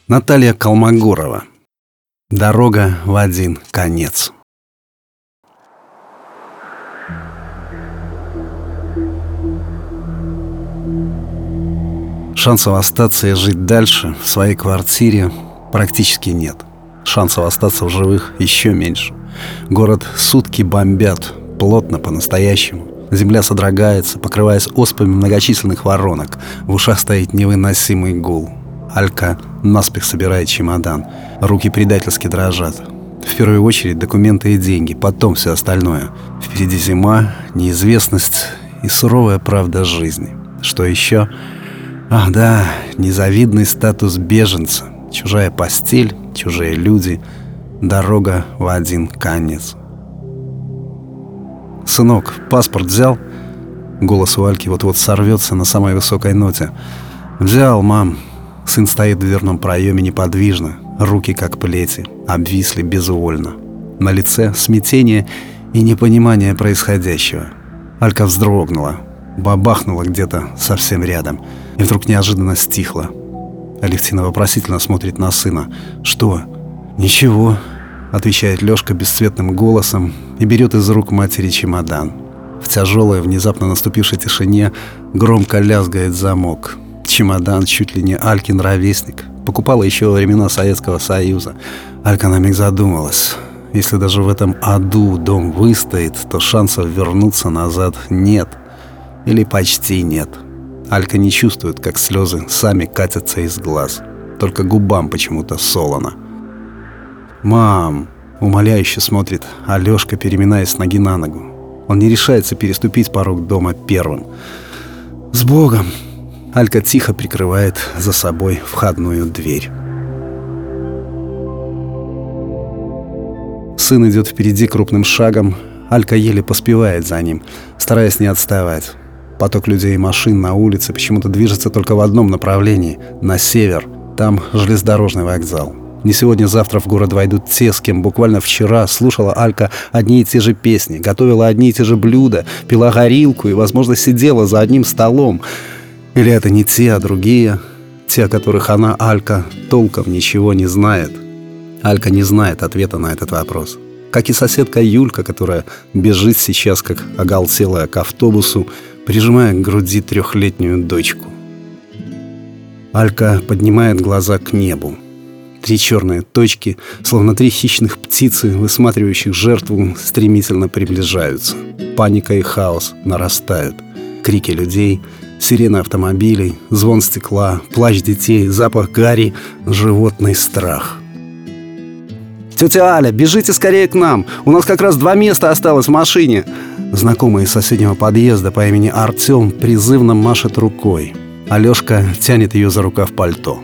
Наталья Колмогорова. Дорога в один конец. Шансов остаться и жить дальше в своей квартире практически нет. Шансов остаться в живых еще меньше. Город сутки бомбят, плотно по-настоящему. Земля содрогается, покрываясь оспами многочисленных воронок. В ушах стоит невыносимый гул. Алька наспех собирает чемодан. Руки предательски дрожат. В первую очередь документы и деньги, потом все остальное. Впереди зима, неизвестность и суровая правда жизни. Что еще? Ах да, незавидный статус беженца. Чужая постель, чужие люди. Дорога в один конец. «Сынок, паспорт взял?» Голос у Альки вот-вот сорвется на самой высокой ноте. «Взял, мам». Сын стоит в дверном проеме неподвижно, руки как плети, обвисли безвольно. На лице смятение и непонимание происходящего. Алька вздрогнула, бабахнула где-то совсем рядом и вдруг неожиданно стихла. Алевтина вопросительно смотрит на сына. «Что?» «Ничего», — отвечает Лёшка бесцветным голосом и берет из рук матери чемодан. В тяжелой, внезапно наступившей тишине громко лязгает замок. Чемодан чуть ли не Алькин ровесник. Покупала еще во времена Советского Союза. Алька на миг задумалась. Если даже в этом аду дом выстоит, то шансов вернуться назад нет. Или почти нет. Алька не чувствует, как слезы сами катятся из глаз. Только губам почему-то солоно. «Мам!» — умоляюще смотрит Алёшка, переминаясь с ноги на ногу. Он не решается переступить порог дома первым. «С Богом!» Алька тихо прикрывает за собой входную дверь. Сын идет впереди крупным шагом. Алька еле поспевает за ним, стараясь не отставать. Поток людей и машин на улице почему-то движется только в одном направлении — на север. Там железнодорожный вокзал. Не сегодня-завтра в город войдут те, с кем буквально вчера слушала Алька одни и те же песни, готовила одни и те же блюда, пила горилку и, возможно, сидела за одним столом. Или это не те, а другие, те, о которых она, Алька, толком ничего не знает. Алька не знает ответа на этот вопрос. Как и соседка Юлька, которая бежит сейчас, как оголтелая, к автобусу, прижимая к груди 3-летнюю дочку. Алька поднимает глаза к небу. 3 черные точки, словно 3 хищных птицы, высматривающих жертву, стремительно приближаются. Паника и хаос нарастают. Крики людей, сирены автомобилей, звон стекла, плач детей, запах гари, животный страх. «Тетя Аля, бежите скорее к нам! У нас как раз 2 места осталось в машине!» Знакомый из соседнего подъезда по имени Артем призывно машет рукой. Алёшка тянет ее за рукав пальто.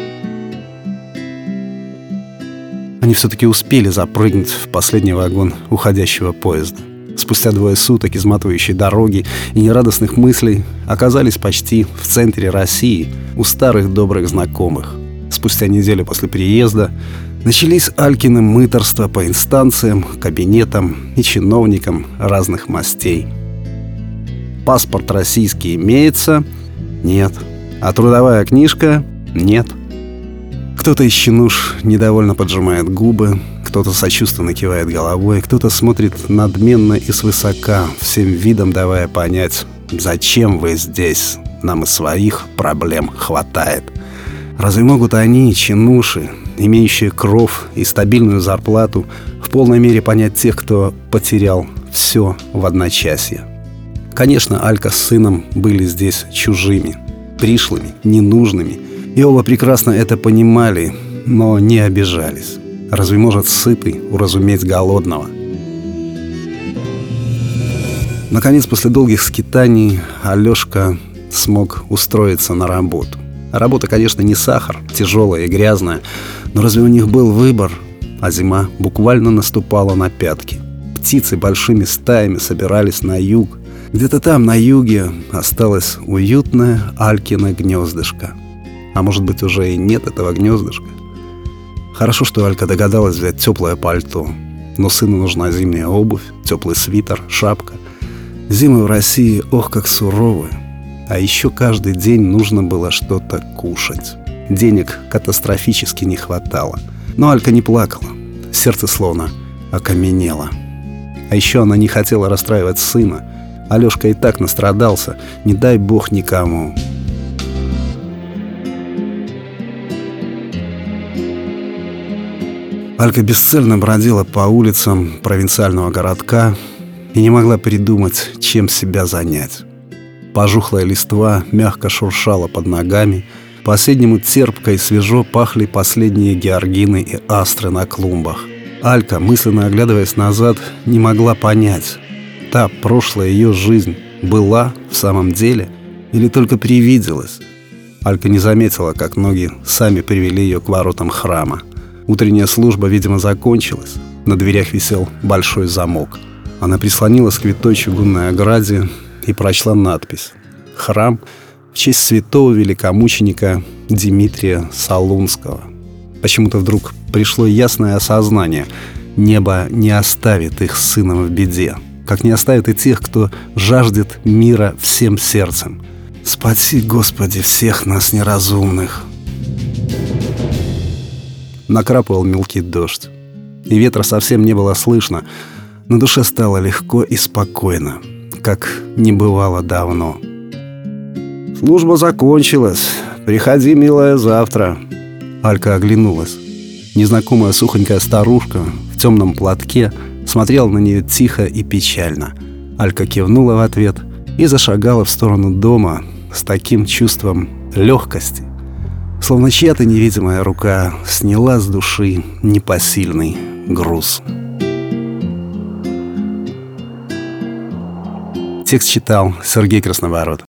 Они все-таки успели запрыгнуть в последний вагон уходящего поезда. Спустя 2 суток изматывающей дороги и нерадостных мыслей оказались почти в центре России, у старых добрых знакомых. Спустя неделю после приезда начались Алькины мытарства по инстанциям, кабинетам и чиновникам разных мастей. Паспорт российский имеется? Нет. А трудовая книжка? Нет. Кто-то из чинуш недовольно поджимает губы, кто-то сочувственно кивает головой, кто-то смотрит надменно и свысока, всем видом давая понять: «Зачем вы здесь? Нам и своих проблем хватает». Разве могут они, чинуши, имеющие кров и стабильную зарплату, в полной мере понять тех, кто потерял все в одночасье? Конечно, Алька с сыном были здесь чужими, пришлыми, ненужными, и оба прекрасно это понимали, но не обижались. Разве может сытый уразуметь голодного? Наконец, после долгих скитаний, Алёшка смог устроиться на работу. Работа, конечно, не сахар, тяжелая и грязная, но разве у них был выбор? А зима буквально наступала на пятки. Птицы большими стаями собирались на юг. Где-то там, на юге, осталось уютное Алькино гнездышко. А может быть, уже и нет этого гнездышка? Хорошо, что Алька догадалась взять теплое пальто. Но сыну нужна зимняя обувь, теплый свитер, шапка. Зимы в России, ох, как суровы. А еще каждый день нужно было что-то кушать. Денег катастрофически не хватало. Но Алька не плакала. Сердце словно окаменело. А еще она не хотела расстраивать сына. Алешка и так настрадался, не дай бог никому. Алька бесцельно бродила по улицам провинциального городка и не могла придумать, чем себя занять. Пожухлая листва мягко шуршала под ногами, по-осеннему терпко и свежо пахли последние георгины и астры на клумбах. Алька, мысленно оглядываясь назад, не могла понять, та прошлая ее жизнь была в самом деле или только привиделась. Алька не заметила, как ноги сами привели ее к воротам храма. Утренняя служба, видимо, закончилась. На дверях висел большой замок. Она прислонилась к витой чугунной ограде и прочла надпись: «Храм в честь святого великомученика Дмитрия Солунского». Почему-то вдруг пришло ясное осознание: небо не оставит их с сыном в беде, как не оставит и тех, кто жаждет мира всем сердцем. Спаси, Господи, всех нас неразумных. Накрапывал мелкий дождь, и ветра совсем не было слышно. На душе стало легко и спокойно, как не бывало давно. «Служба закончилась. Приходи, милая, завтра». Алька оглянулась. Незнакомая сухонькая старушка в темном платке смотрела на нее тихо и печально. Алька кивнула в ответ и зашагала в сторону дома с таким чувством легкости, словно чья-то невидимая рука сняла с души непосильный груз. Текст читал Сергей Красноворот.